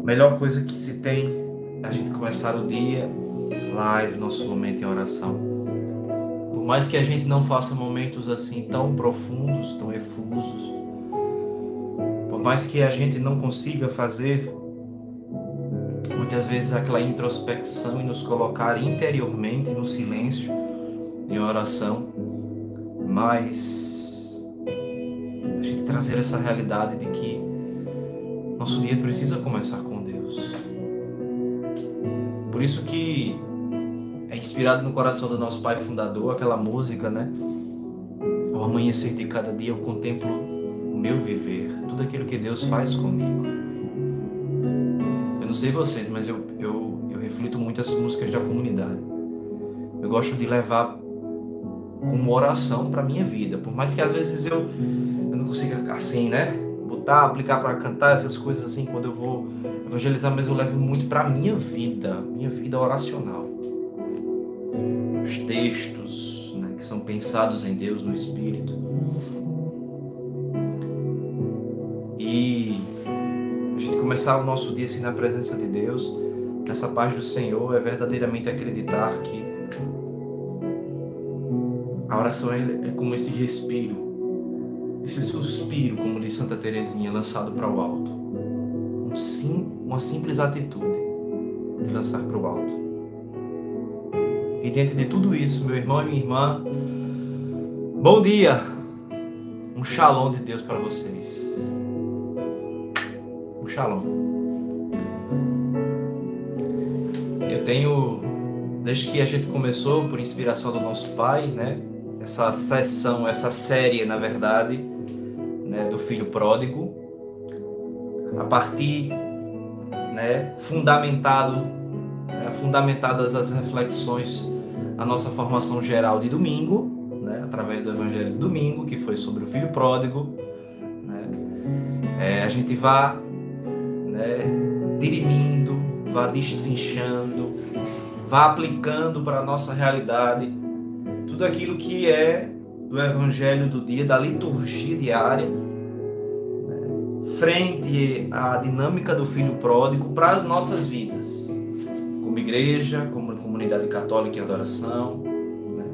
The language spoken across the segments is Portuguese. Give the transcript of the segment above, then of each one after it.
Melhor coisa que se tem é a gente começar o dia live, nosso momento em oração. Por mais que a gente não faça momentos assim tão profundos, tão efusos, por mais que a gente não consiga fazer muitas vezes aquela introspecção e nos colocar interiormente no silêncio, em oração, mas a gente trazer essa realidade de que nosso dia precisa começar com Deus. Por isso que é inspirado no coração do nosso Pai Fundador aquela música, né? Ao amanhecer de cada dia eu contemplo o meu viver, tudo aquilo que Deus faz comigo. Eu não sei vocês, mas eu reflito muito essas músicas da comunidade. Eu gosto de levar como oração para minha vida, por mais que às vezes eu não consiga assim, né? Botar, aplicar para cantar essas coisas assim quando eu vou evangelizar, mas eu levo muito para minha vida oracional. Os textos, né, que são pensados em Deus, no Espírito. E a gente começar o nosso dia assim na presença de Deus, nessa paz do Senhor, é verdadeiramente acreditar que a oração é como esse respiro, esse suspiro, como diz Santa Teresinha, lançado para o alto. Uma simples atitude de lançar para o alto. E diante de tudo isso, meu irmão e minha irmã, bom dia! Um shalom de Deus para vocês. Um shalom. Eu tenho, desde que a gente começou, por inspiração do nosso pai, né? Essa sessão, essa série, na verdade, né, do Filho Pródigo, a partir, né, fundamentadas as reflexões na nossa formação geral de domingo, né, através do Evangelho de domingo, que foi sobre o Filho Pródigo, né, a gente vai, né, dirimindo, vai destrinchando, vai aplicando para a nossa realidade tudo aquilo que é do Evangelho do dia, da liturgia diária, frente à dinâmica do Filho Pródigo para as nossas vidas, como igreja, como comunidade católica em adoração, né?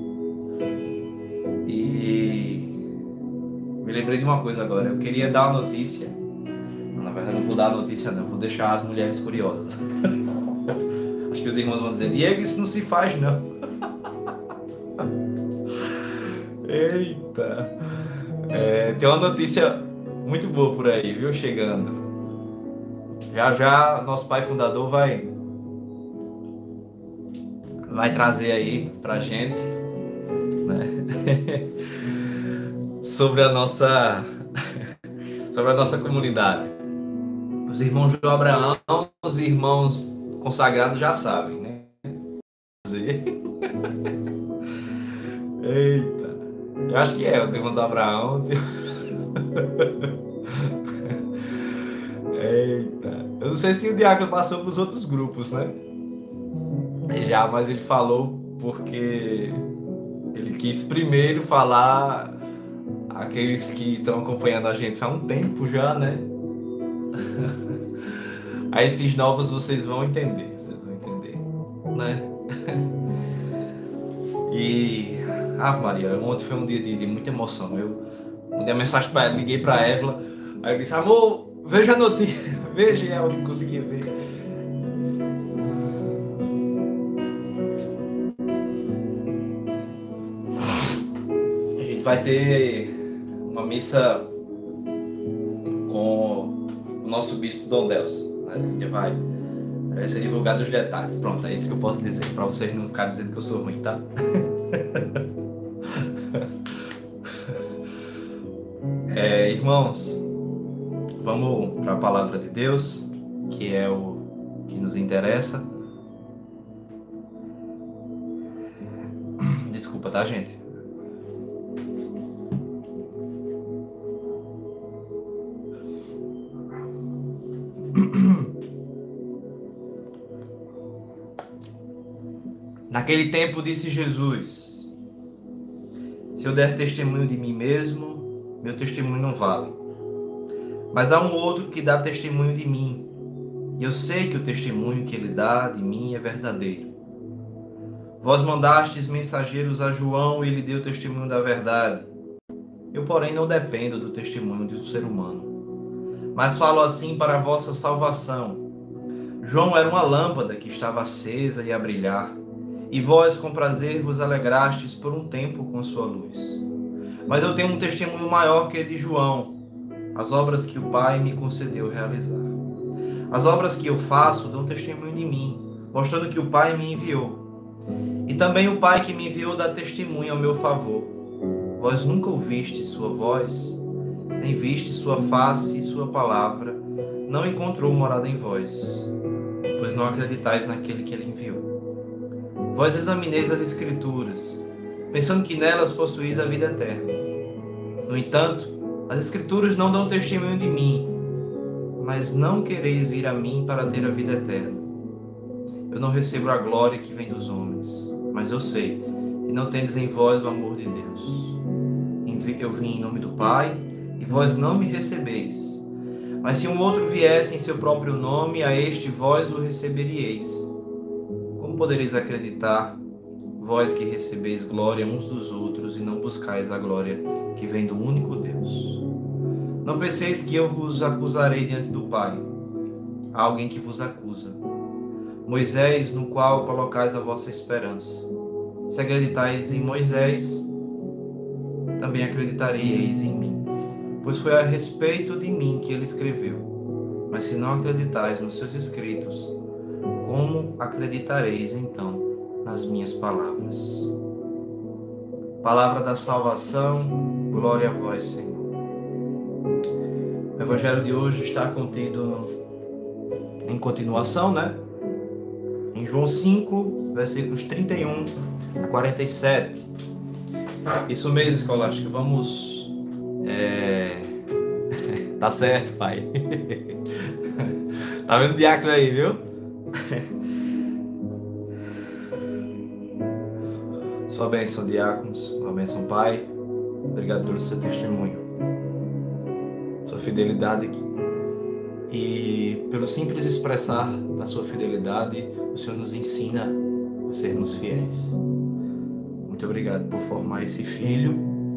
E me lembrei de uma coisa agora, eu queria dar uma notícia, na verdade não vou dar a notícia não, vou deixar as mulheres curiosas. Acho que os irmãos vão dizer, Diego, isso não se faz não. Eita, tem uma notícia muito boa por aí, viu? Chegando. Já já nosso pai fundador vai trazer aí pra gente, né? sobre a nossa comunidade. Os irmãos de Abraão, os irmãos consagrados já sabem, né? Eita, eu acho que os irmãos de Abraão. Eita, eu não sei se o diácono passou para os outros grupos, né? Já, mas ele falou porque ele quis primeiro falar aqueles que estão acompanhando a gente há um tempo já, né? Aí esses novos vocês vão entender, né? E Ave Maria, ontem foi um dia de muita emoção. Eu mandei a mensagem para ela, liguei para a Évila, aí eu disse, amor, veja a notícia, veja, e ela não conseguia ver. A gente vai ter uma missa com o nosso bispo Dom Delcio, né? A gente vai ser divulgado os detalhes. Pronto, é isso que eu posso dizer, para vocês não ficarem dizendo que eu sou ruim, tá? Irmãos, vamos para a palavra de Deus, que é o que nos interessa. Desculpa, tá, gente? Naquele tempo disse Jesus, se eu der testemunho de mim mesmo, meu testemunho não vale. Mas há um outro que dá testemunho de mim, e eu sei que o testemunho que ele dá de mim é verdadeiro. Vós mandastes mensageiros a João e ele deu testemunho da verdade. Eu, porém, não dependo do testemunho de um ser humano, mas falo assim para a vossa salvação. João era uma lâmpada que estava acesa e a brilhar, e vós com prazer vos alegrastes por um tempo com sua luz. Mas eu tenho um testemunho maior que o de João, as obras que o Pai me concedeu realizar. As obras que eu faço dão testemunho de mim, mostrando que o Pai me enviou. E também o Pai que me enviou dá testemunho ao meu favor. Vós nunca ouvistes sua voz, nem viste sua face e sua palavra não encontrou morada em vós, pois não acreditais naquele que ele enviou. Vós examineis as Escrituras, pensando que nelas possuís a vida eterna. No entanto, as Escrituras não dão testemunho de mim, mas não quereis vir a mim para ter a vida eterna. Eu não recebo a glória que vem dos homens, mas eu sei que não tendes em vós o amor de Deus. Eu vim em nome do Pai, e vós não me recebeis. Mas se um outro viesse em seu próprio nome, a este vós o receberíeis. Como podereis acreditar, vós que recebeis glória uns dos outros e não buscais a glória que vem do único Deus? Não penseis que eu vos acusarei diante do Pai. Há alguém que vos acusa, Moisés, no qual colocais a vossa esperança. Se acreditais em Moisés, também acreditareis em mim, pois foi a respeito de mim que ele escreveu. Mas se não acreditais nos seus escritos, como acreditareis então nas minhas palavras? Palavra da salvação, glória a vós, Senhor. O evangelho de hoje está contido em continuação, né? Em João 5, versículos 31 a 47. Isso mesmo, Escolástica. Vamos... Tá certo, pai. Tá vendo o diácono aí, viu? Sua bênção, diáconos. Sua bênção, pai. Obrigado pelo seu testemunho, sua fidelidade e pelo simples expressar da sua fidelidade, o Senhor nos ensina a sermos fiéis. Muito obrigado por formar esse filho,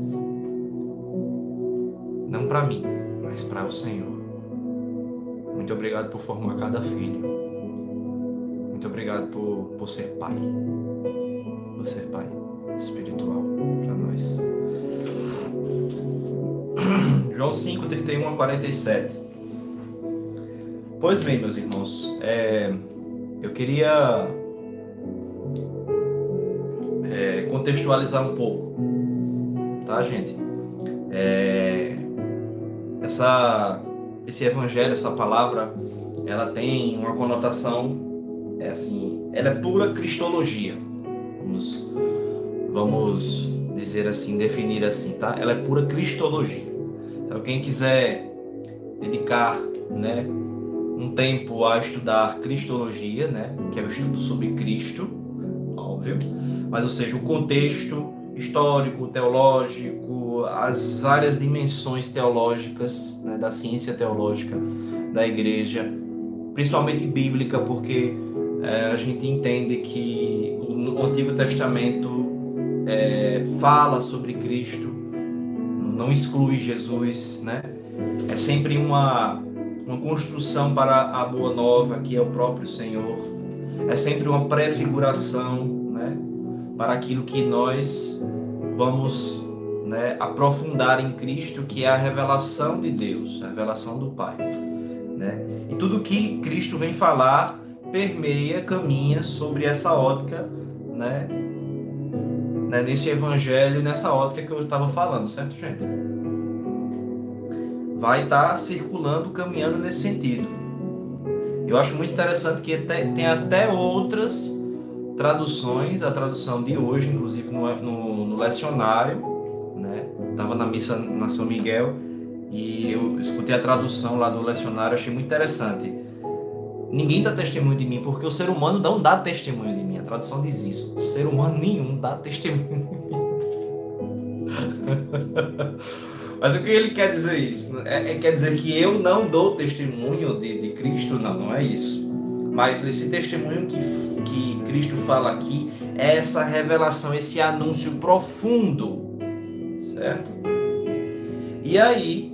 não para mim, mas para o Senhor. Muito obrigado por formar cada filho. Muito obrigado por ser pai. Por ser pai espiritual para nós. João 5, 31 a 47. Pois bem, meus irmãos, eu queria contextualizar um pouco, tá, gente? Esse evangelho, essa palavra, ela tem uma conotação, ela é pura cristologia. Vamos dizer assim, definir assim, tá? Ela é pura cristologia. Se alguém quiser dedicar, né, um tempo a estudar cristologia, né, que é o estudo sobre Cristo, óbvio, mas ou seja, o contexto histórico, teológico, as várias dimensões teológicas, né, da ciência teológica da igreja, principalmente bíblica, porque a gente entende que o Antigo Testamento fala sobre Cristo, não exclui Jesus, né? É sempre uma construção para a boa nova, que é o próprio Senhor. É sempre uma prefiguração, né, para aquilo que nós vamos, né, aprofundar em Cristo, que é a revelação de Deus, a revelação do Pai, né? E tudo que Cristo vem falar permeia, caminha sobre essa ótica, né, nesse evangelho, nessa ótica que eu estava falando, certo, gente? Vai estar circulando, caminhando nesse sentido. Eu acho muito interessante que tem até outras traduções, a tradução de hoje, inclusive no lecionário, né? Estava na missa na São Miguel e eu escutei a tradução lá do lecionário, achei muito interessante. Ninguém dá testemunho de mim, porque o ser humano não dá testemunho de mim. A tradução diz isso. Ser humano nenhum dá testemunho de mim. Mas o que ele quer dizer isso? Quer dizer que eu não dou testemunho de Cristo? Não, não é isso. Mas esse testemunho que Cristo fala aqui é essa revelação, esse anúncio profundo, certo? E aí,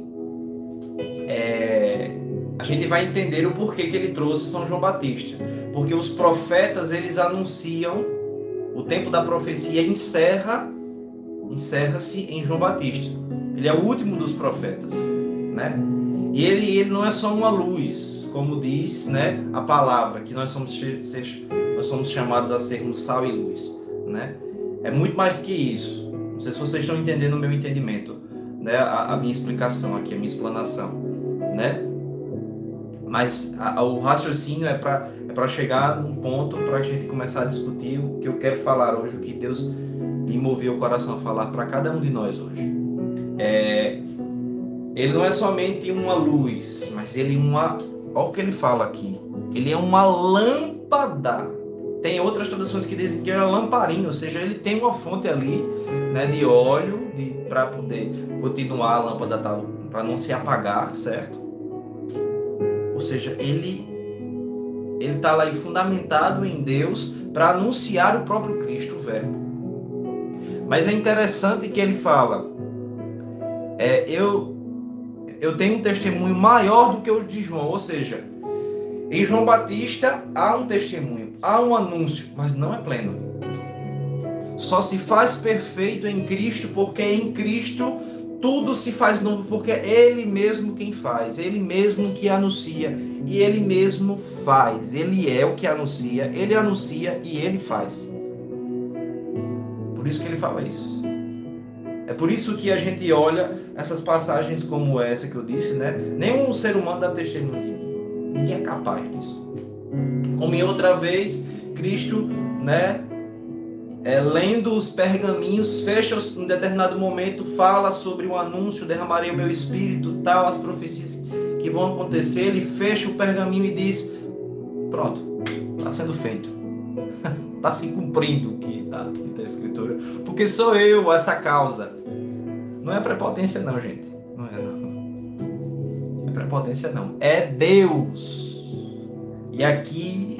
a gente vai entender o porquê que ele trouxe São João Batista. Porque os profetas, eles anunciam, o tempo da profecia encerra-se em João Batista. Ele é o último dos profetas, né? E ele não é só uma luz, como diz, né, a palavra, que nós somos chamados a sermos sal e luz, né? É muito mais do que isso. Não sei se vocês estão entendendo o meu entendimento, né? A minha explicação aqui, a minha explanação, né? Mas o raciocínio é para chegar num ponto para a gente começar a discutir o que eu quero falar hoje, o que Deus me moveu o coração a falar para cada um de nós hoje. Ele não é somente uma luz, mas ele olha o que ele fala aqui. Ele é uma lâmpada. Tem outras traduções que dizem que é uma lamparina, ou seja, ele tem uma fonte ali, né, de óleo para poder continuar a lâmpada, para não se apagar, certo? Ou seja, ele está lá fundamentado em Deus para anunciar o próprio Cristo, o Verbo. Mas é interessante que ele fala, eu tenho um testemunho maior do que o de João, ou seja, em João Batista há um testemunho, há um anúncio, mas não é pleno. Só se faz perfeito em Cristo, porque em Cristo tudo se faz novo, porque é Ele mesmo quem faz, Ele mesmo que anuncia, e Ele mesmo faz. Ele é o que anuncia e Ele faz. Por isso que ele fala isso. É por isso que a gente olha essas passagens como essa que eu disse, né? Nenhum ser humano dá testemunho de mim. Ninguém é capaz disso. Como em outra vez, Cristo, né? Lendo os pergaminhos, fecha em determinado momento, fala sobre o anúncio, derramarei o meu espírito, tal, as profecias que vão acontecer. Ele fecha o pergaminho e diz, pronto, está sendo feito. Está se cumprindo o que está na Escritura. Porque sou eu essa causa. Não é prepotência não, gente. Não é não. Não é prepotência não. É Deus. E aqui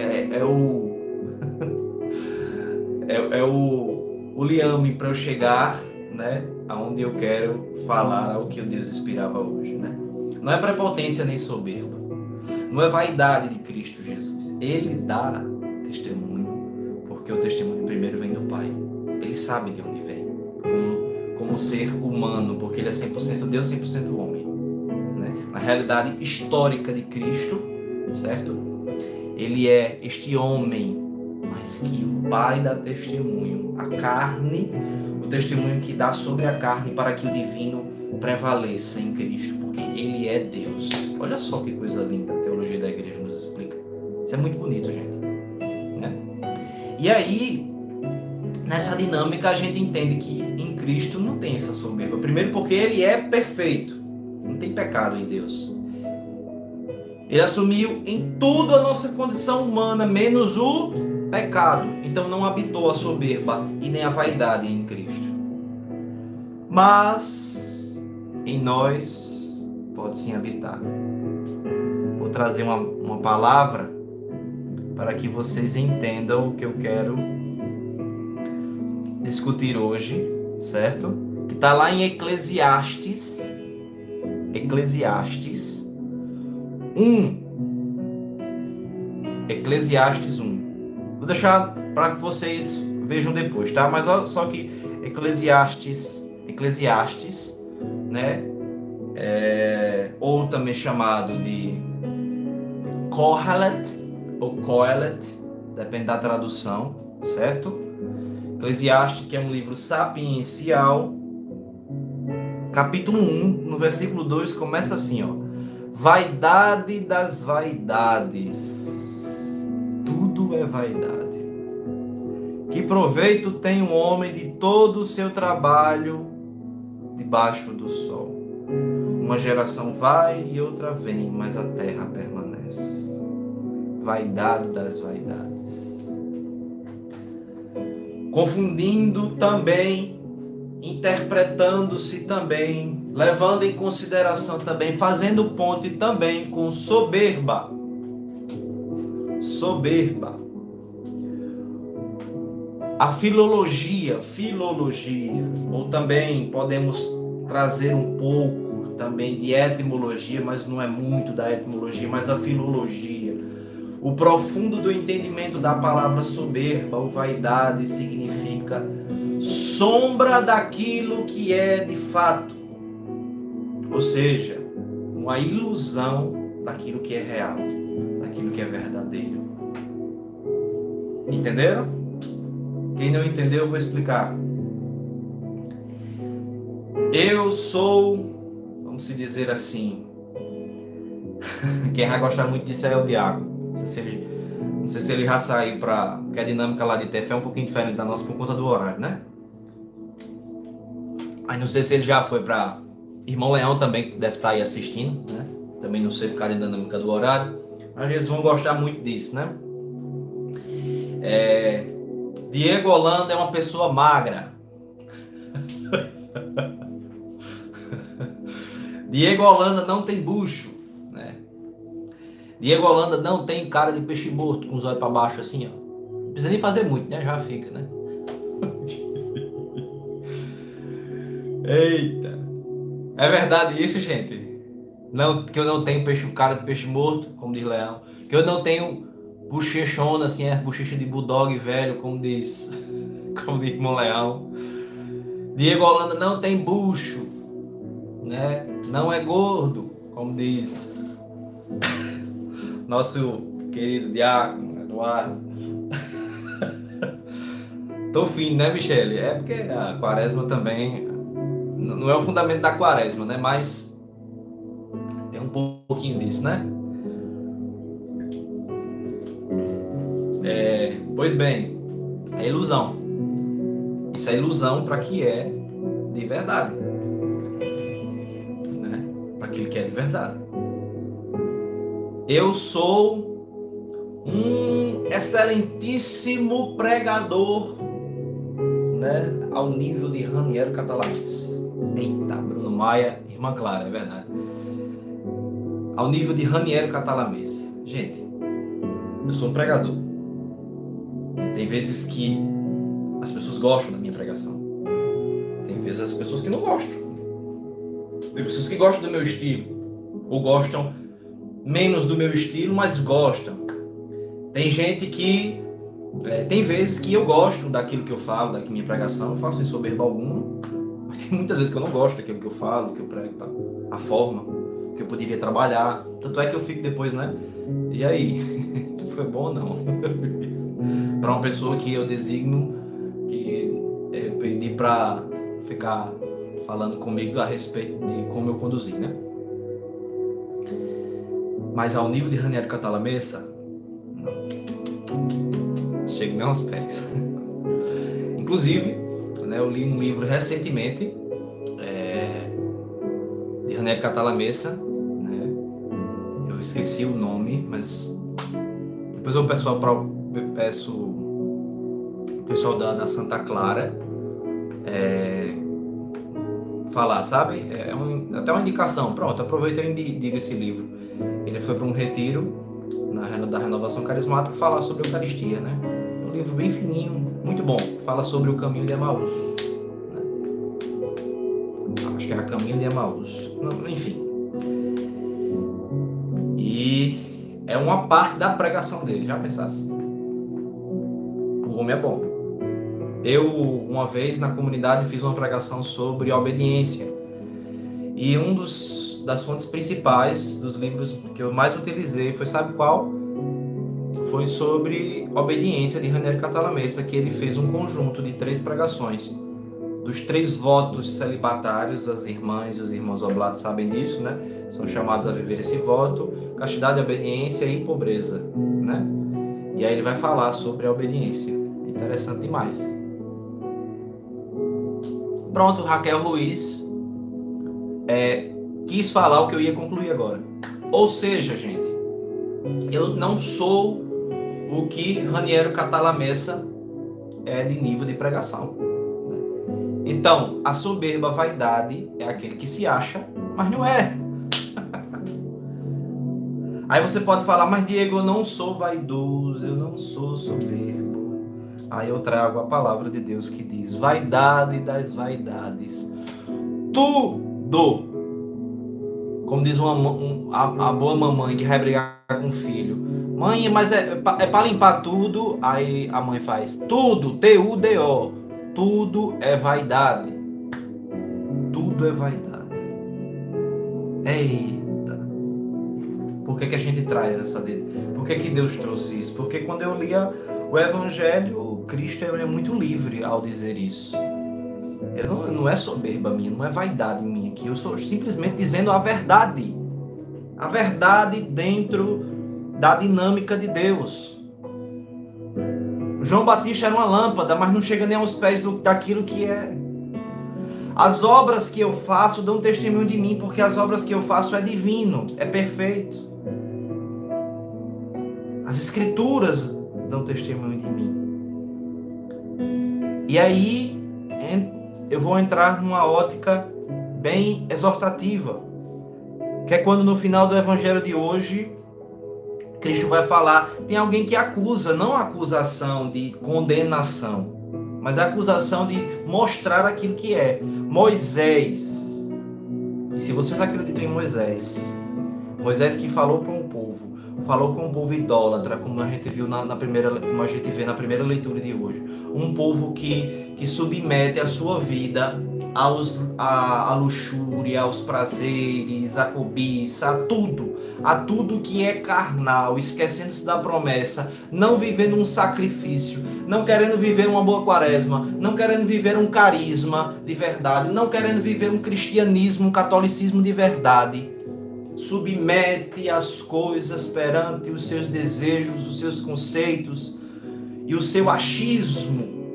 o liame para eu chegar, né, aonde eu quero falar, ao que o Deus inspirava hoje, né? Não é prepotência nem soberba. Não é vaidade de Cristo Jesus. Ele dá testemunho, porque o testemunho primeiro vem do Pai. Ele sabe de onde vem, como ser humano, porque ele é 100% Deus, 100% homem, né? Na realidade histórica de Cristo, certo? Ele é este homem, mas que o Pai dá testemunho, a carne, o testemunho que dá sobre a carne para que o divino prevaleça em Cristo, porque ele é Deus. Olha só que coisa linda a teologia da igreja nos explica. Isso é muito bonito, gente, né? E aí, nessa dinâmica, a gente entende que em Cristo não tem essa soberba. Primeiro porque ele é perfeito, não tem pecado em Deus. Ele assumiu em tudo a nossa condição humana, menos o pecado. Então não habitou a soberba e nem a vaidade em Cristo. Mas em nós pode sim habitar. Vou trazer uma palavra para que vocês entendam o que eu quero discutir hoje, certo? Que está lá em Eclesiastes 1. Eclesiastes 1. Vou deixar para que vocês vejam depois, tá? Mas só que Eclesiastes, né? Ou também chamado de Kohelet, ou Kohelet, depende da tradução, certo? Eclesiastes, que é um livro sapiencial, capítulo 1, no versículo 2, começa assim, ó. Vaidade das vaidades. Tudo é vaidade. Que proveito tem um homem de todo o seu trabalho debaixo do sol? Uma geração vai e outra vem, mas a terra permanece. Vaidade das vaidades. Confundindo também, interpretando-se também levando em consideração também, fazendo ponte também com soberba. Soberba. A filologia, ou também podemos trazer um pouco também de etimologia, mas não é muito da etimologia, mas da filologia. O profundo do entendimento da palavra soberba ou vaidade significa sombra daquilo que é de fato, ou seja, uma ilusão daquilo que é real, daquilo que é verdadeiro. Entenderam? Quem não entendeu, eu vou explicar. Eu sou, vamos se dizer assim, quem vai gostar muito disso é o Diago. Não sei se ele já saiu para... Porque a dinâmica lá de TF é um pouquinho diferente da nossa por conta do horário, né? Mas não sei se ele já foi para... Irmão Leão também, que deve estar aí assistindo, né? Também não sei por causa da dinâmica do horário. Mas eles vão gostar muito disso, né? Diego Holanda é uma pessoa magra. Diego Holanda não tem bucho, né? Diego Holanda não tem cara de peixe morto, com os olhos para baixo assim, ó. Não precisa nem fazer muito, né? Já fica, né? Eita. É verdade isso, gente? Não, que eu não tenho cara de peixe morto, como diz Leão. Que eu não tenho bochechona, assim, bochecha de bulldog velho, como diz irmão Leão. Diego Holanda não tem bucho, né? Não é gordo, como diz nosso querido Diácono Eduardo. Tô fino, né, Michele? É porque a quaresma também não é o fundamento da quaresma, né? Mas tem um pouquinho disso, né? Pois bem, é ilusão. Isso é ilusão para que é de verdade, né? Para aquilo que é de verdade. Eu sou um excelentíssimo pregador, né? Ao nível de Raniero Catalães. Eita, Bruno Maia, irmã Clara, é verdade. Ao nível de Raniero Catalães. Gente, eu sou um pregador. Tem vezes que as pessoas gostam da minha pregação. Tem vezes as pessoas que não gostam. Tem pessoas que gostam do meu estilo. Ou gostam menos do meu estilo, mas gostam. Tem gente que... tem vezes que eu gosto daquilo que eu falo, da minha pregação. Eu falo sem soberba alguma. Mas tem muitas vezes que eu não gosto daquilo que eu falo, que eu prego, tá? A forma que eu poderia trabalhar. Tanto é que eu fico depois, né? E aí? Foi bom ou não? Para uma pessoa que eu designo, que eu pedi para ficar falando comigo a respeito de como eu conduzi, né? Mas ao nível de Raniero Catalamessa, não. Chego nem aos pés. Inclusive, né, eu li um livro recentemente de Raniero Catalamessa, né? Eu esqueci o nome, mas depois eu peço o pessoal da Santa Clara falar, sabe? Até uma indicação. Pronto, aproveita e diga esse livro. Ele foi para um retiro da Renovação Carismática falar sobre a Eucaristia, né? É um livro bem fininho, muito bom. Fala sobre o caminho de Emaús, né? Acho que era Caminho de Emaús. Enfim. E é uma parte da pregação dele, já pensasse? O homem é bom. Eu, uma vez, na comunidade, fiz uma pregação sobre obediência. E das fontes principais dos livros que eu mais utilizei foi, sabe qual? Foi sobre obediência de Raniero Catalamessa, que ele fez um conjunto de 3 pregações. Dos 3 votos celibatários, as irmãs e os irmãos oblatos sabem disso, né? São chamados a viver esse voto: castidade, obediência e pobreza, né? E aí ele vai falar sobre a obediência. Interessante demais. Pronto, Raquel Ruiz quis falar o que eu ia concluir agora. Ou seja, gente, eu não sou o que Raniero Catalamessa é de nível de pregação. Então, a soberba, a vaidade, é aquele que se acha, mas não é. Aí você pode falar, mas Diego, eu não sou vaidoso, eu não sou soberbo. Aí eu trago a palavra de Deus que diz, vaidade das vaidades, tudo. Como diz a boa mamãe que vai brigar com o filho. Mãe, mas é para limpar tudo. Aí a mãe faz tudo, T-U-D-O. Tudo é vaidade. Tudo é vaidade. Eita. Por que a gente traz essa dele? Por que Deus trouxe isso? Porque quando eu lia o Evangelho, Cristo é muito livre ao dizer isso. Não é soberba minha, não é vaidade minha aqui. Eu estou simplesmente dizendo a verdade. A verdade dentro da dinâmica de Deus. João Batista era uma lâmpada, mas não chega nem aos pés daquilo que é. As obras que eu faço dão testemunho de mim, porque as obras que eu faço é divino, é perfeito. As escrituras dão testemunho de mim. E aí eu vou entrar numa ótica bem exortativa, que é quando no final do evangelho de hoje, Cristo vai falar, tem alguém que acusa, não a acusação de condenação, mas a acusação de mostrar aquilo que é. Moisés, e se vocês acreditam em Moisés que falou para um povo, falou com um povo idólatra, como a gente viu como a gente vê na primeira leitura de hoje, um povo que submete a sua vida à luxúria, aos prazeres, à cobiça, a tudo que é carnal, esquecendo-se da promessa, não vivendo um sacrifício, não querendo viver uma boa quaresma, não querendo viver um carisma de verdade, não querendo viver um cristianismo, um catolicismo de verdade. Submete as coisas perante os seus desejos, os seus conceitos e o seu achismo.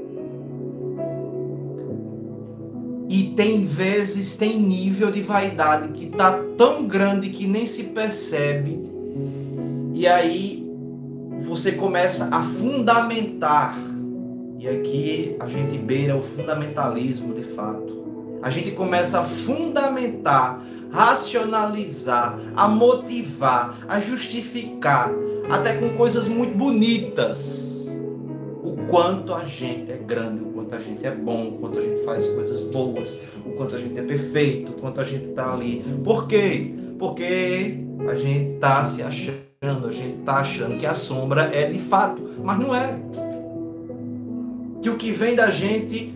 E tem nível de vaidade que está tão grande que nem se percebe. E aí você começa a fundamentar. E aqui a gente beira o fundamentalismo de fato. A gente começa a fundamentar, racionalizar, a motivar, a justificar, até com coisas muito bonitas, o quanto a gente é grande, o quanto a gente é bom, o quanto a gente faz coisas boas, o quanto a gente é perfeito, o quanto a gente está ali. Por quê? Porque a gente está se achando, a gente está achando que a sombra é de fato, mas não é. Que o que vem da gente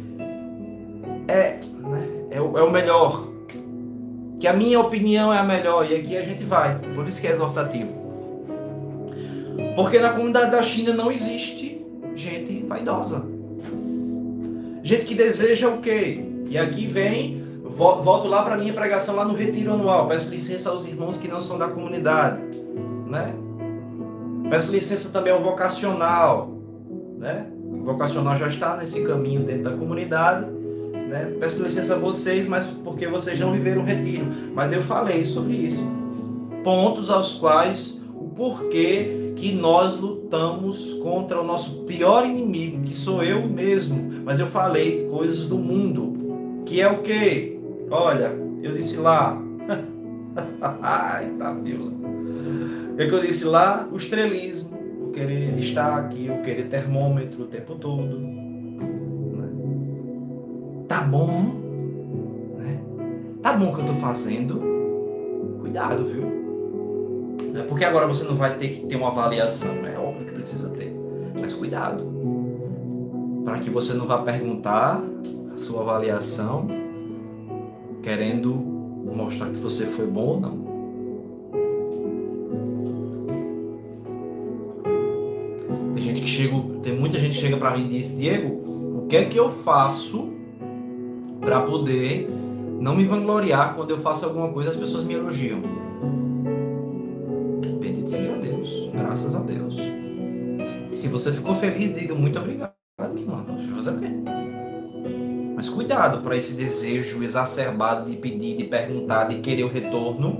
é o melhor. Que a minha opinião é a melhor, e aqui a gente vai. Por isso que é exortativo. Porque na comunidade da China não existe gente vaidosa. Gente que deseja o quê? E aqui vem, volto lá para a minha pregação lá no retiro anual. Peço licença aos irmãos que não são da comunidade, né? Peço licença também ao vocacional, né? O vocacional já está nesse caminho dentro da comunidade, né? Peço licença a vocês, mas porque vocês não viveram um retiro. Mas eu falei sobre isso. Pontos aos quais o porquê que nós lutamos contra o nosso pior inimigo, que sou eu mesmo. Mas eu falei coisas do mundo, que é o quê? Olha, eu disse lá. Ai, tá, Vila. O que eu disse lá? O estrelismo, o querer destaque, o querer termômetro o tempo todo. Né? Tá bom, né? Tá bom o que eu tô fazendo. Cuidado, viu? Porque agora você não vai ter que ter uma avaliação. É óbvio que precisa ter. Mas cuidado. Para que você não vá perguntar a sua avaliação querendo mostrar que você foi bom ou não. Tem muita gente que chega para mim e diz: Diego, o que é que eu faço para poder não me vangloriar quando eu faço alguma coisa e as pessoas me elogiam? Bendito seja Deus, graças a Deus. E se você ficou feliz, diga muito obrigado, minha irmã. Deixa eu fazer o quê? Mas cuidado para esse desejo exacerbado de pedir, de perguntar, de querer o retorno,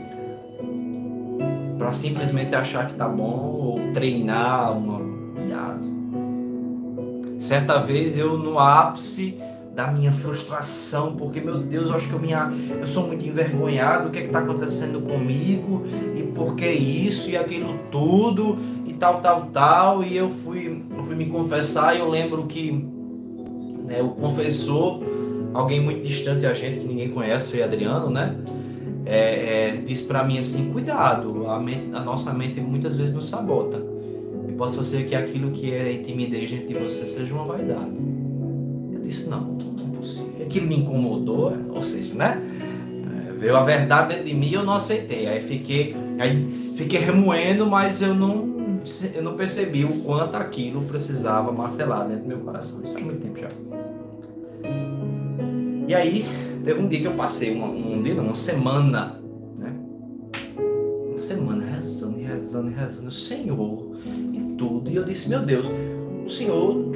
para simplesmente achar que tá bom ou treinar uma... Cuidado. Certa vez eu, no ápice da minha frustração, porque, meu Deus, eu acho que eu sou muito envergonhado, o que está acontecendo comigo, e por que isso e aquilo tudo, e tal, e eu fui me confessar, e eu lembro que, né, o confessor, alguém muito distante a gente, que ninguém conhece, foi Adriano, né, disse para mim assim, cuidado, a nossa mente muitas vezes nos sabota, e possa ser que aquilo que é timidez dentro de você seja uma vaidade. Eu disse, não é possível. Aquilo me incomodou, ou seja, né? Veio a verdade dentro de mim e eu não aceitei. Aí fiquei remoendo, mas eu não percebi o quanto aquilo precisava martelar dentro do meu coração. Isso faz muito tempo já. E aí, teve um dia que eu passei, uma semana, né? Uma semana rezando, Senhor, e tudo. E eu disse, meu Deus, o Senhor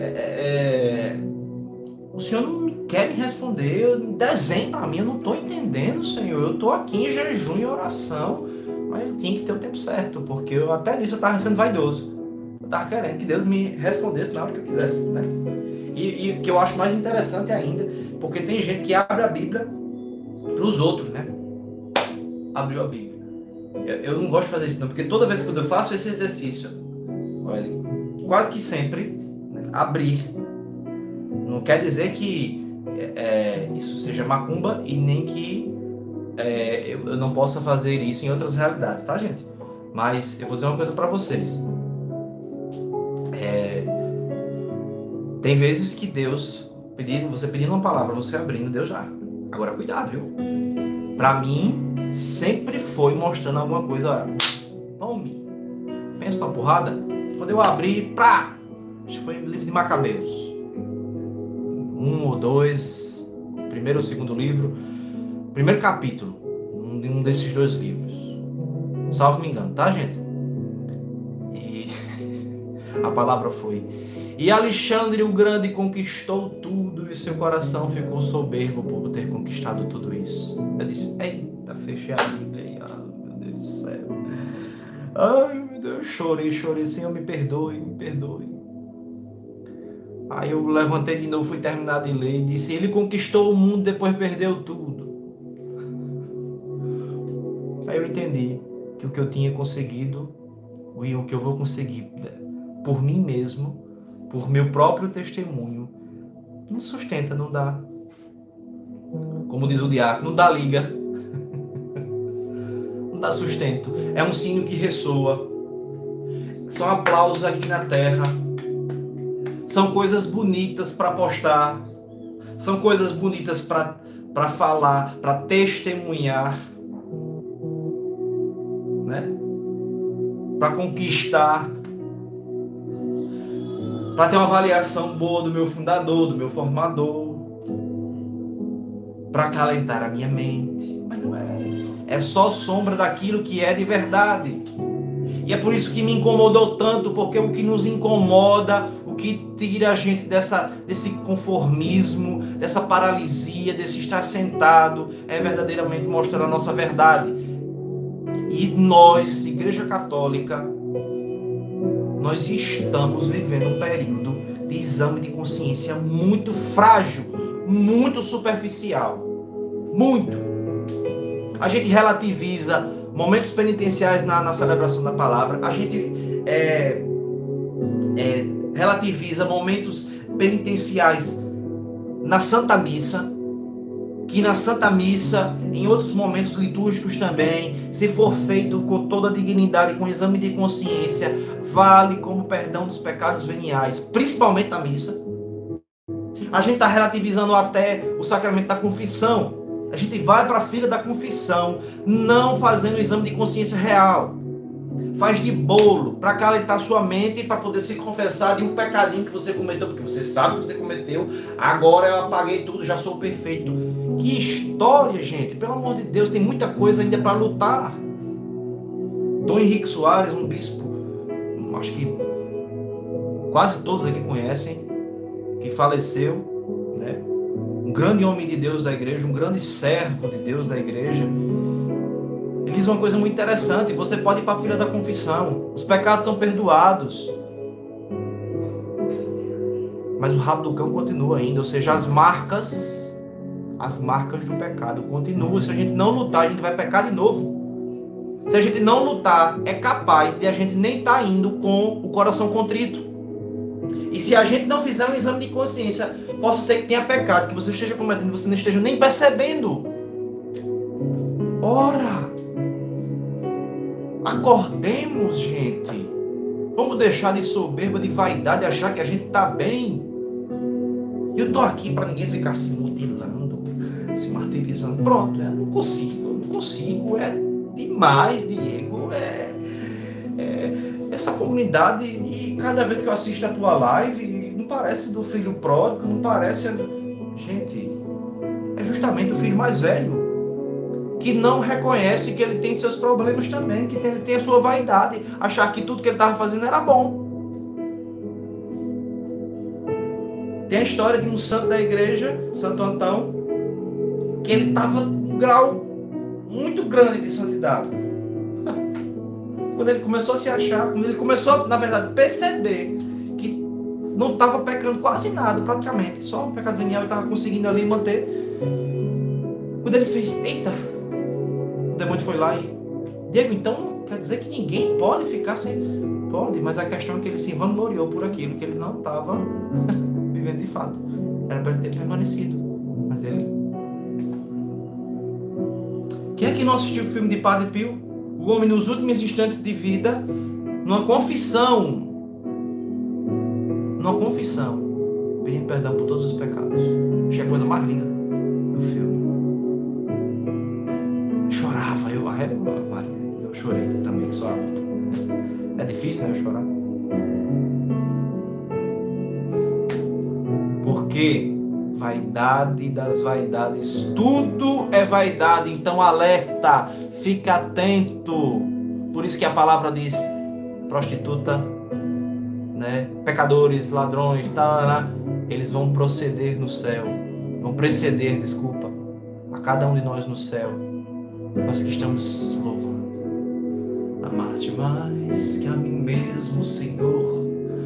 não quer me responder, desenho para mim, eu não estou entendendo, Senhor, eu estou aqui em jejum e oração, mas tinha que ter o tempo certo, porque até nisso eu estava sendo vaidoso, eu estava querendo que Deus me respondesse na hora que eu quisesse, né? E o que eu acho mais interessante ainda, porque tem gente que abre a Bíblia para os outros, né? Abriu a Bíblia. Eu não gosto de fazer isso não, porque toda vez que eu faço esse exercício, olha, quase que sempre, né, abrir. Não quer dizer que isso seja macumba e nem que eu não possa fazer isso em outras realidades, tá, gente? Mas eu vou dizer uma coisa para vocês. Tem vezes que Deus, você pedindo uma palavra, você abrindo, Deus já. Agora, cuidado, viu? Para mim, sempre foi mostrando alguma coisa. Tome. Pensa uma porrada. Quando eu abri, acho que foi o livro de Macabeus. 1 ou 2, primeiro ou segundo livro, primeiro capítulo, um desses dois livros. Salvo me engano, tá, gente? E a palavra foi: e Alexandre o Grande conquistou tudo e seu coração ficou soberbo por ter conquistado tudo isso. Eu disse, eita, fechei a Bíblia. Ai, meu Deus do céu. Ai, meu Deus, chorei, Senhor, me perdoe. Aí eu levantei de novo, fui terminar de ler e disse, ele conquistou o mundo, depois perdeu tudo. Aí eu entendi que o que eu tinha conseguido, e o que eu vou conseguir por mim mesmo, por meu próprio testemunho, não sustenta, não dá. Como diz o diácono, não dá liga. Não dá sustento. É um sino que ressoa. São aplausos aqui na terra. São coisas bonitas para postar. São coisas bonitas para falar, para testemunhar. Né? Para conquistar. Para ter uma avaliação boa do meu fundador, do meu formador. Para acalentar a minha mente. Mas não é. É só sombra daquilo que é de verdade. E é por isso que me incomodou tanto, porque o que nos incomoda, o que tira a gente desse conformismo, dessa paralisia, desse estar sentado, é verdadeiramente mostrar a nossa verdade. E nós, Igreja Católica, nós estamos vivendo um período de exame de consciência muito frágil, muito superficial. Muito. A gente relativiza momentos penitenciais na celebração da palavra. A gente relativiza momentos penitenciais na Santa Missa, que na Santa Missa, em outros momentos litúrgicos também, se for feito com toda a dignidade, com exame de consciência, vale como perdão dos pecados veniais, principalmente na missa. A gente está relativizando até o sacramento da confissão. A gente vai para a fila da confissão, não fazendo o exame de consciência real. Faz de bolo, para acalentar sua mente e para poder se confessar de um pecadinho que você cometeu, porque você sabe que você cometeu, agora eu apaguei tudo, já sou perfeito. Que história, gente, pelo amor de Deus, tem muita coisa ainda para lutar. Dom Henrique Soares, um bispo, acho que quase todos aqui conhecem, que faleceu, né? Um grande homem de Deus da igreja, um grande servo de Deus da igreja. Ele diz uma coisa muito interessante: você pode ir para a fila da confissão, os pecados são perdoados. mas o rabo do cão continua ainda, ou seja, as marcas do pecado continuam. Se a gente não lutar, a gente vai pecar de novo. Se a gente não lutar, é capaz de a gente nem estar indo com o coração contrito. E se a gente não fizer um exame de consciência, possa ser que tenha pecado, que você esteja cometendo, você não esteja nem percebendo. Ora! Acordemos, gente. Vamos deixar de soberba, de vaidade, achar que a gente está bem. Eu estou aqui para ninguém ficar se mutilando, se martirizando. Pronto, eu não consigo. É demais, Diego. Essa comunidade, e cada vez que eu assisto a tua live, não parece do filho pródigo, não parece... Gente, é justamente o filho mais velho, que não reconhece que ele tem seus problemas também, que ele tem a sua vaidade, achar que tudo que ele estava fazendo era bom. Tem a história de um santo da igreja, Santo Antão, que ele estava num grau muito grande de santidade. Quando ele começou a se achar, quando ele começou, na verdade, perceber que não estava pecando quase nada, praticamente, só um pecado venial, ele estava conseguindo ali manter. Quando ele fez, eita, o demônio foi lá e... Diego, então quer dizer que ninguém pode ficar sem... Pode, mas a questão é que ele se vangloriou por aquilo que ele não estava vivendo de fato. Era para ele ter permanecido, mas ele... Quem é que não assistiu o filme de Padre Pio? O homem nos últimos instantes de vida, numa confissão, pedindo perdão por todos os pecados. Achei a coisa mais linda do filme. Chorava, eu chorei também, só. É difícil, né, eu chorar? Porque vaidade das vaidades, tudo é vaidade, então alerta, fica atento. Por isso que a palavra diz prostituta, né, pecadores, ladrões, eles vão preceder a cada um de nós no céu. Nós que estamos louvando. Amar-te mais que a mim mesmo, Senhor.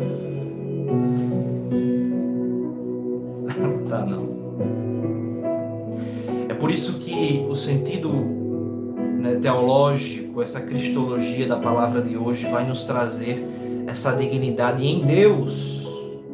Não. É por isso que o sentido, né, teológico, essa cristologia da palavra de hoje vai nos trazer essa dignidade em Deus.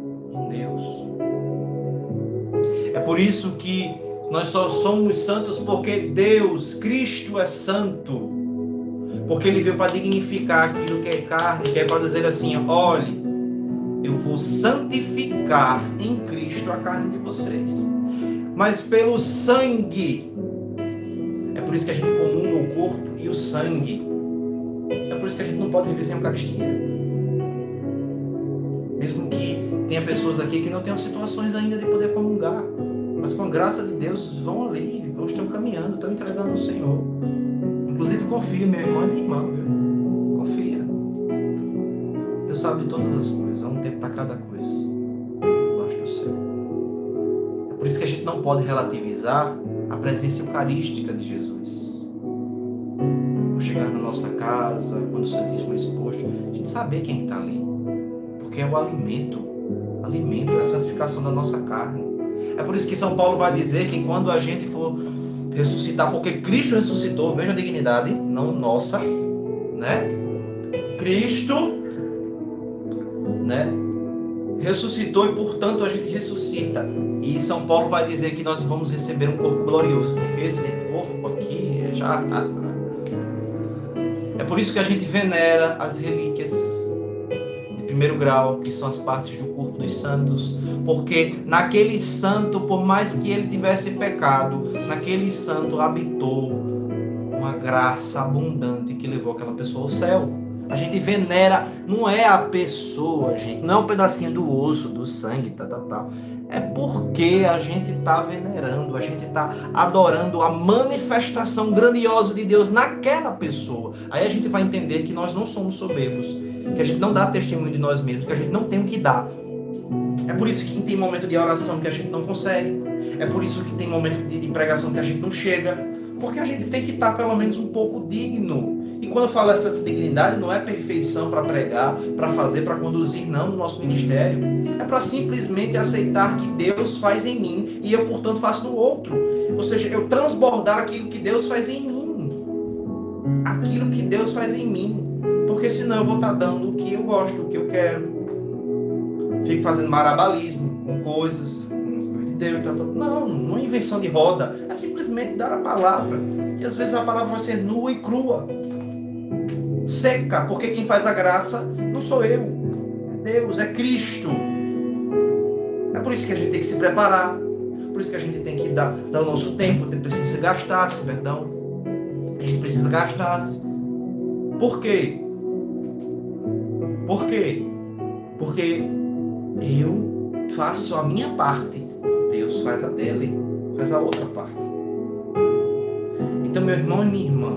É por isso que nós só somos santos porque Deus, Cristo é santo. Porque Ele veio para dignificar aquilo que é carne, que é para dizer assim, olhe, eu vou santificar em Cristo a carne de vocês. Mas pelo sangue. É por isso que a gente comunga o corpo e o sangue. É por isso que a gente não pode viver sem Eucaristia. Mesmo que tenha pessoas aqui que não tenham situações ainda de poder comungar. Mas com a graça de Deus vão ali, estão caminhando, estão entregando ao Senhor. Inclusive confia, meu irmão e minha irmã, viu? Confia. Deus sabe de todas as coisas, há um tempo para cada coisa. Debaixo do céu. É por isso que a gente não pode relativizar a presença eucarística de Jesus. Ao chegar na nossa casa, quando o Santíssimo é exposto, a gente saber quem está ali. Porque é o alimento, é a santificação da nossa carne. É por isso que São Paulo vai dizer que quando a gente for ressuscitar, porque Cristo ressuscitou, veja a dignidade, não nossa, né? Cristo, né, ressuscitou e, portanto, a gente ressuscita. E São Paulo vai dizer que nós vamos receber um corpo glorioso, porque esse corpo aqui já... É por isso que a gente venera as relíquias de primeiro grau, que são as partes do corpo dos santos, porque naquele santo, por mais que ele tivesse pecado, naquele santo habitou uma graça abundante que levou aquela pessoa ao céu. A gente venera, não é a pessoa, gente, não é um pedacinho do osso, do sangue, tal. É porque a gente está venerando, a gente está adorando a manifestação grandiosa de Deus naquela pessoa. Aí a gente vai entender que nós não somos soberbos, que a gente não dá testemunho de nós mesmos, que a gente não tem o que dar. É por isso que tem momento de oração que a gente não consegue. É por isso que tem momento de pregação que a gente não chega. Porque a gente tem que estar pelo menos um pouco digno. E quando eu falo essa dignidade, não é perfeição para pregar, para fazer, para conduzir, não, no nosso ministério. É para simplesmente aceitar que Deus faz em mim e eu, portanto, faço no outro. Ou seja, eu transbordar aquilo que Deus faz em mim. Aquilo que Deus faz em mim. Porque senão eu vou estar dando o que eu gosto, o que eu quero. Fico fazendo marabalismo com coisas, com as coisas de Deus. Não é invenção de roda. É simplesmente dar a palavra. E às vezes a palavra vai ser nua e crua. Seca, porque quem faz a graça não sou eu. É Deus, é Cristo. É por isso que a gente tem que se preparar. Por isso que a gente tem que dar o nosso tempo. Precisa gastar-se, perdão. A gente precisa gastar-se. Por quê? Por quê? Porque eu faço a minha parte. Deus faz a dele. Faz a outra parte. Então, meu irmão e minha irmã,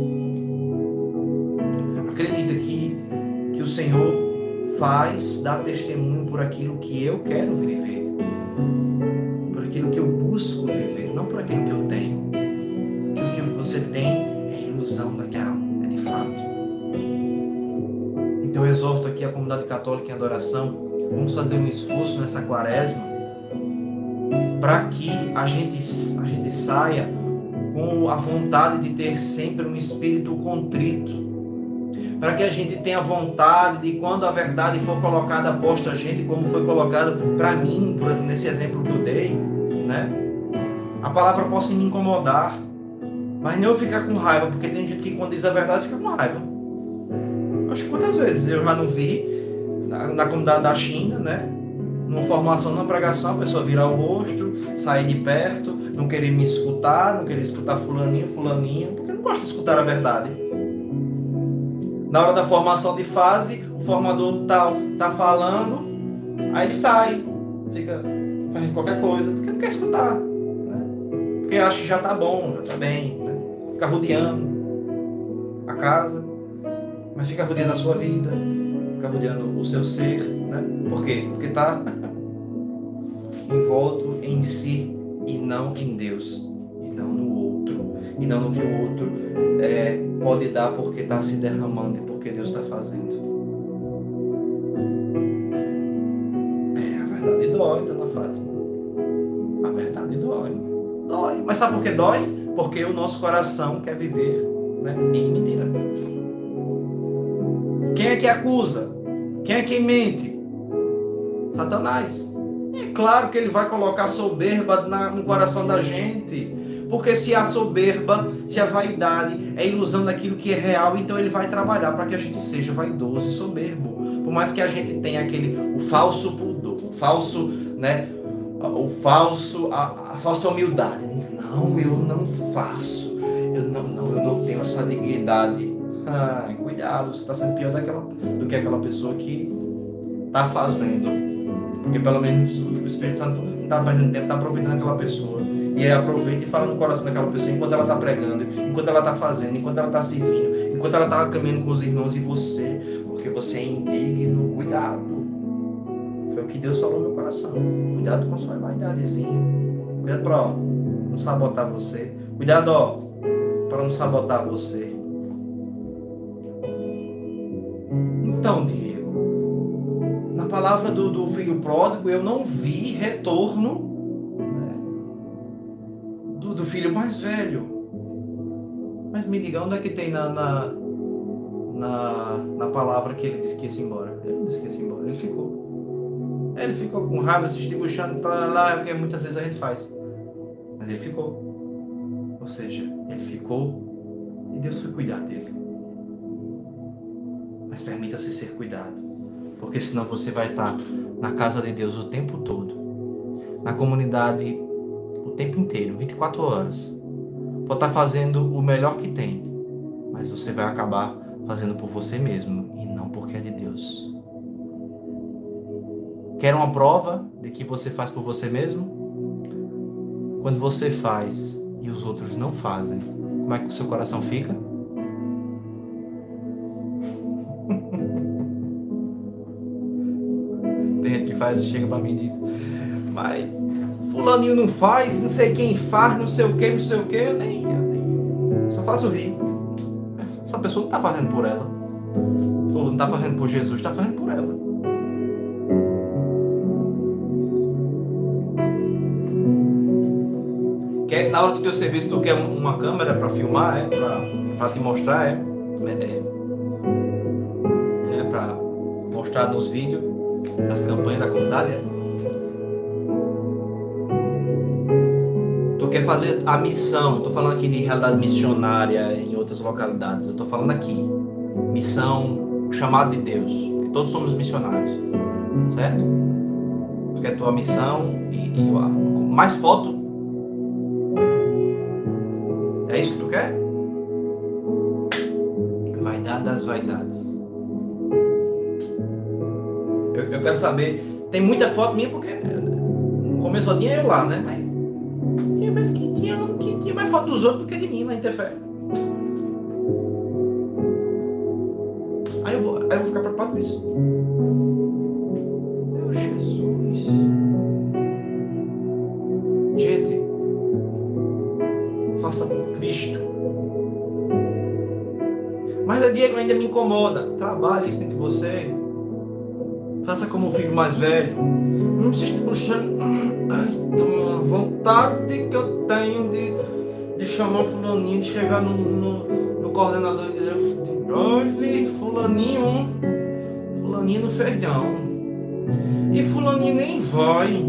acredita que o Senhor dá testemunho por aquilo que eu quero viver, por aquilo que eu busco viver, não por aquilo que eu tenho. Aquilo que você tem é ilusão daquela, é de fato. Então eu exorto aqui a comunidade católica em adoração, vamos fazer um esforço nessa quaresma para que a gente saia com a vontade de ter sempre um espírito contrito, para que a gente tenha vontade de, quando a verdade for colocada, posta a gente, como foi colocado para mim, nesse exemplo que eu dei, né? A palavra possa me incomodar, mas não eu ficar com raiva, porque tem gente que quando diz a verdade fica com raiva. Acho que quantas vezes eu já não vi na comunidade da China, né? Numa formação, numa pregação, a pessoa virar o rosto, sair de perto, não querer me escutar, não querer escutar fulaninho, fulaninha, porque eu não gosto de escutar a verdade. Na hora da formação de fase, o formador tá falando, aí ele sai, fica fazendo qualquer coisa, porque não quer escutar, né? Porque acha que já tá bom, já tá bem, né? Fica rodeando a casa, mas fica rodeando a sua vida, fica rodeando o seu ser, né? Por quê? Porque tá envolto em si e não em Deus, e não no outro, e não no que o outro pode dar porque está se derramando e porque Deus está fazendo. A verdade dói, dona Fátima. A verdade dói. Dói. Mas sabe por que dói? Porque o nosso coração quer viver, né, em mentira. Quem é que acusa? Quem é que mente? Satanás. É claro que ele vai colocar soberba no coração da gente. Porque se a soberba, se a vaidade é ilusão daquilo que é real, então ele vai trabalhar para que a gente seja vaidoso e soberbo. Por mais que a gente tenha o falso pudor, a falsa humildade. Não, eu não faço. Eu não tenho essa dignidade. Cuidado, você está sendo pior do que aquela pessoa que está fazendo. Porque pelo menos o Espírito Santo não está perdendo tempo, está aproveitando aquela pessoa. E aí aproveita e fala no coração daquela pessoa enquanto ela está pregando, enquanto ela está fazendo, enquanto ela está servindo, enquanto ela está caminhando com os irmãos e você, porque você é indigno. Cuidado. Foi o que Deus falou no meu coração. Cuidado com sua vaidadezinha. Cuidado para não sabotar você. Cuidado para não sabotar você. Então, Diego, na palavra do filho pródigo, eu não vi retorno do filho mais velho. Mas me diga, onde é que tem na palavra que ele disse que ia se embora? Ele não disse que ia se embora, ele ficou. Ele ficou com raiva, se estribuchando, é o que muitas vezes a gente faz. Mas ele ficou. Ou seja, ele ficou e Deus foi cuidar dele. Mas permita-se ser cuidado, porque senão você vai estar na casa de Deus o tempo todo, na comunidade o tempo inteiro, 24 horas. Pode estar fazendo o melhor que tem, mas você vai acabar fazendo por você mesmo e não porque é de Deus. Quer uma prova de que você faz por você mesmo? Quando você faz e os outros não fazem, como é que o seu coração fica? Tem gente que faz, chega pra mim e diz: mas fulaninho não faz, não sei quem faz, não sei o que, eu só faço rir. essa pessoa não está fazendo por ela. Ou não está fazendo por Jesus, está fazendo por ela. Na hora do teu serviço, tu quer uma câmera para filmar, para te mostrar, para mostrar nos vídeos das campanhas da comunidade, Tu quer fazer a missão, estou falando aqui de realidade missionária em outras localidades, eu estou falando aqui, missão, chamado de Deus, que todos somos missionários, certo? Tu quer tua missão e mais foto? É isso que tu quer? Vaidade das vaidades. Eu quero saber, tem muita foto minha porque no começo só tinha eu lá, né? Mas tinha vezes que tinha mais foto dos outros do que de mim na Interfé. Aí eu vou ficar preocupado com isso. Meu Jesus. Gente, faça por Cristo. Mas a Diego ainda me incomoda. Trabalhe isso entre você. Faça como o filho mais velho. Não se esteja puxando. Ai, uma vontade que eu tenho de chamar fulaninho, de chegar no coordenador e dizer: olha, fulaninho no feijão. E fulaninho nem vai.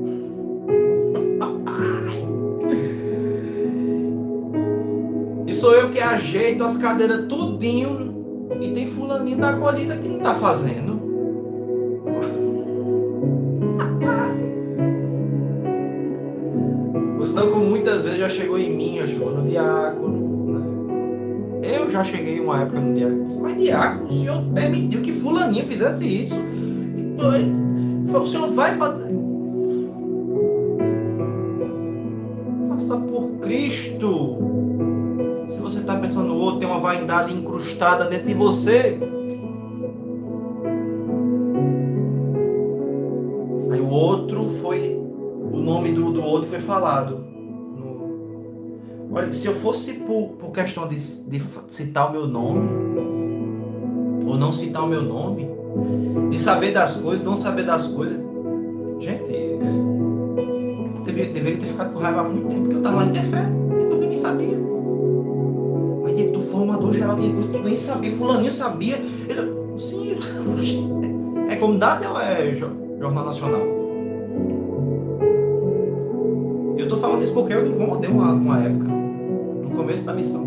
E sou eu que ajeito as cadeiras tudinho. E tem fulaninho da acolhida que não tá fazendo. Então, como muitas vezes já chegou em mim, já chegou no diácono, né? Eu já cheguei uma época no diácono, mas diácono, o senhor permitiu que fulaninho fizesse isso. Então, o senhor vai fazer. Faça por Cristo. Se você está pensando no outro, tem uma vaidade incrustada dentro de você. Aí o outro foi... O nome do outro foi falado. Olha, se eu fosse por questão de citar o meu nome, ou não citar o meu nome, de saber das coisas, não saber das coisas, gente, deveria ter ficado com raiva há muito tempo, porque eu estava lá em Interfé, eu nem sabia. Mas tu formador geral de recursos, tu nem sabia, fulaninho sabia. Ele, sim, é comunidade ou é Jornal Nacional? Eu tô falando isso porque eu me incomodei uma época, no começo da missão.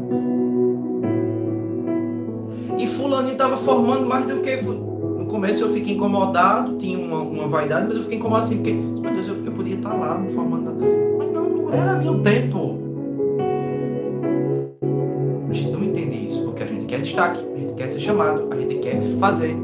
E fulaninho tava formando mais do que... No começo eu fiquei incomodado, tinha uma vaidade, mas eu fiquei incomodado assim, porque, meu Deus, eu podia estar lá me formando. Mas não era meu tempo. A gente não entende isso, porque a gente quer destaque, a gente quer ser chamado, a gente quer fazer.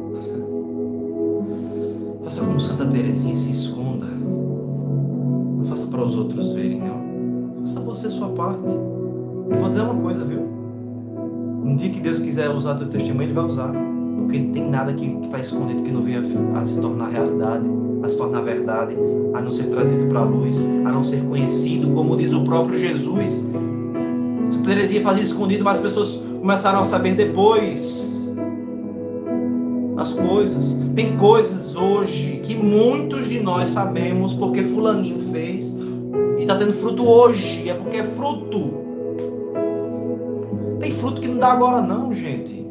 Faça como Santa Teresinha, se esconda. Não faça para os outros verem, não. Faça você a sua parte. Eu vou dizer uma coisa, viu? Um dia que Deus quiser usar teu testemunho, Ele vai usar. Porque não tem nada que está escondido que não venha a se tornar realidade, a se tornar verdade, a não ser trazido para a luz, a não ser conhecido, como diz o próprio Jesus. Santa Teresinha fazia escondido, mas as pessoas começaram a saber depois as coisas. Tem coisas hoje que muitos de nós sabemos porque fulaninho fez e está tendo fruto hoje, é porque é fruto. Tem fruto que não dá agora não, gente.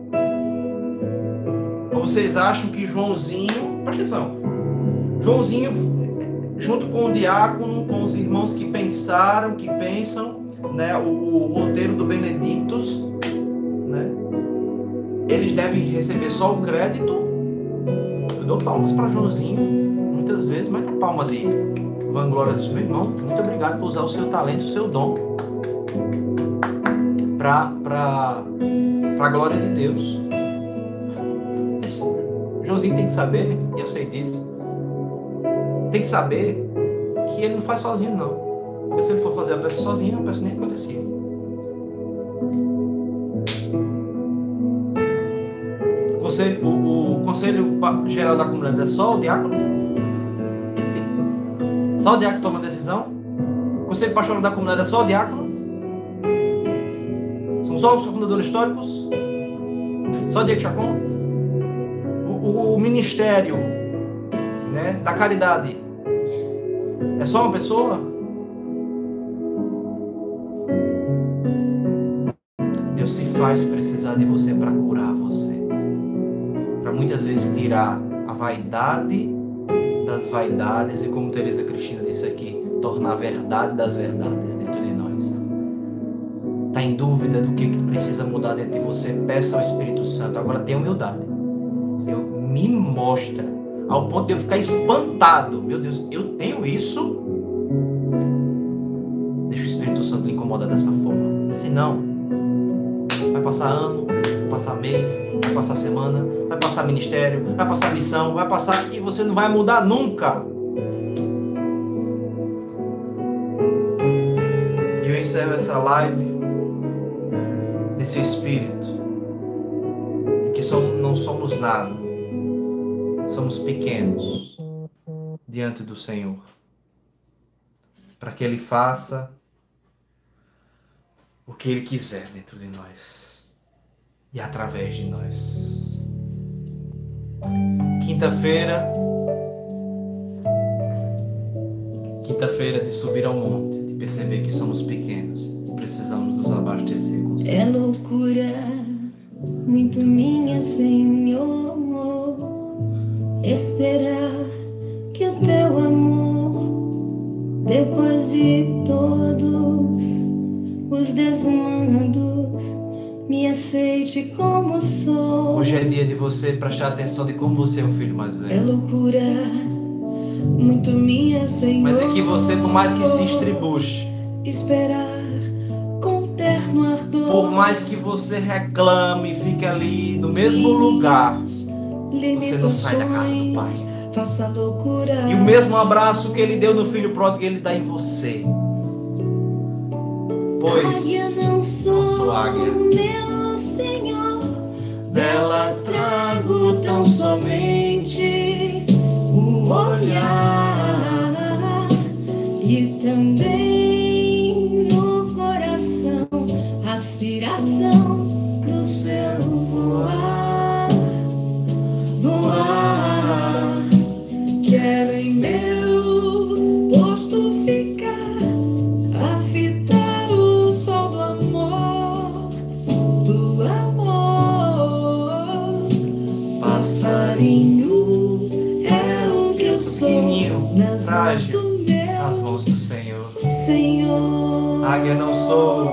Ou vocês acham que Joãozinho, presta atenção, Joãozinho, junto com o diácono, com os irmãos que pensaram, que pensam, né, o roteiro do Benedictus, né, eles devem receber só o crédito. Eu dou palmas para Joãozinho, muitas vezes, mas dá palmas aí. Vanglória do meu irmão, muito obrigado por usar o seu talento, o seu dom, para a glória de Deus. Joãozinho tem que saber, e eu sei disso, tem que saber que ele não faz sozinho não, porque se ele for fazer a peça sozinho, a peça nem acontecia. O Conselho Geral da Comunidade é só o diácono? Só o diácono toma a decisão? O Conselho Pastoral da Comunidade é só o diácono? São Só os cofundadores históricos? Só Diego Chacon? O ministério, né, da caridade é só uma pessoa? Deus se faz precisar de você para curar você. Para muitas vezes tirar a vaidade das vaidades e, como Teresa Cristina disse aqui, tornar a verdade das verdades dentro de nós. Está em dúvida do que precisa mudar dentro de você? Peça ao Espírito Santo. Agora tenha humildade. Senhor, me mostra, ao ponto de eu ficar espantado. Meu Deus, eu tenho isso? Deixa o Espírito Santo lhe incomodar dessa forma. Senão, vai passar ano, vai passar mês, vai passar semana, vai passar ministério, vai passar missão, vai passar e você não vai mudar nunca. E eu encerro essa live nesse espírito de que não somos nada, somos pequenos diante do Senhor, para que Ele faça o que Ele quiser dentro de nós e através de nós. Quinta-feira de subir ao monte, de perceber que somos pequenos e precisamos nos abastecer com o Senhor. É loucura muito minha, Senhor, esperar que o teu amor, depois de todos os desmandos, me aceite como sou. Hoje é dia de você prestar atenção de como você é um filho mais É velho. loucura muito minha, Senhor, Mas é que você, por mais que se estribuche, esperar com terno ardor, por mais que você reclame e fique ali no mesmo lugar, você não sai da casa do Pai. Faça loucura. E o mesmo abraço que Ele deu no filho pródigo, Ele dá em você. Pois Águia não sou águia, meu Senhor, dela trago tão somente o olhar e também no coração a aspiração do seu voar, voar. Quero em meu posto ficar, a fitar o sol do amor, passarinho é o que eu sou nas mãos do nas meu mãos do Senhor. Senhor. Águia não sou.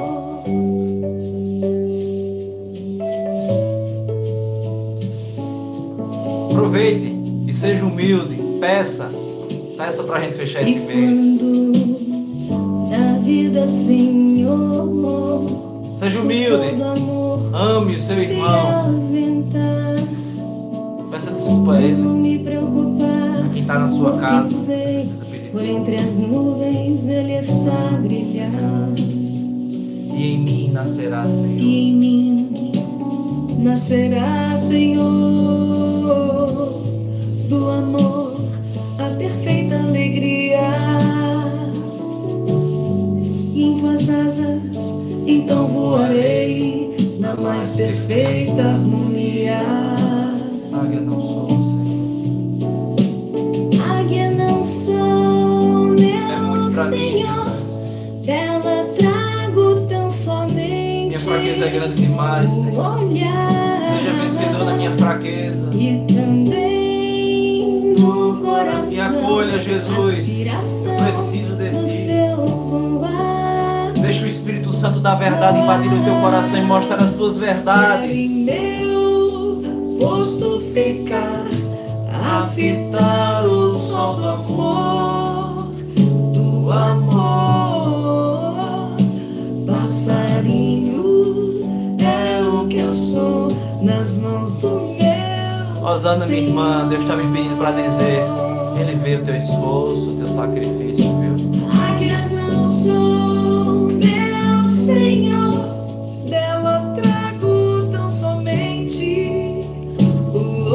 Aproveite e seja humilde. Peça para a gente fechar esse mês. Quando na vida, Senhor, Seja o humilde. sol do amor Ame o seu se irmão. ausenta, Peça desculpa a não ele. me preocupar, A quem está na sua casa, porque você sei, precisa pedir por desculpa. entre as nuvens ele está brilhando, E em mim nascerá, Senhor. e em mim nascerá, Senhor, do amor a perfeita alegria. E em tuas asas então voarei na mais perfeita harmonia. Águia não sou, Senhor. Águia não sou, É muito meu pra mim, Senhor, Jesus. dela trago tão somente Minha fraqueza é grande demais, o Senhor. olhar. Seja vencedor da minha fraqueza. E também no coração Me acolha, Jesus. aspiração Eu preciso de do Ti. seu voar. Deixa o Espírito Santo da verdade invadir o teu coração e mostrar as tuas Quero em verdades. meu posto ficar, a fitar o sol do amor, do amor. Passarinho é o que eu sou nas mãos do meu Rosana, minha irmã, Deus está me pedindo para dizer: Ele vê o teu esforço, o teu sacrifício, viu? Águia não sou, meu Senhor, dela trago tão somente o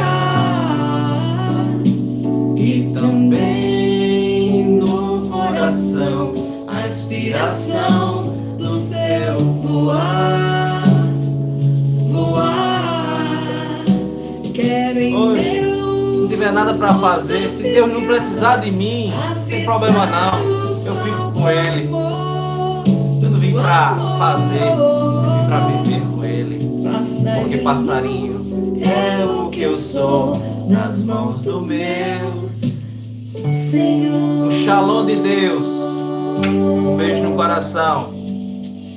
olhar e também no coração a inspiração do seu voar. Hoje, se não tiver nada para fazer, se Deus não precisar de mim, não tem problema não. Eu fico com Ele. Eu não vim para fazer, eu vim para viver com Ele. Porque passarinho é o que eu sou nas mãos do meu Senhor. Um shalom de Deus. Um beijo no coração.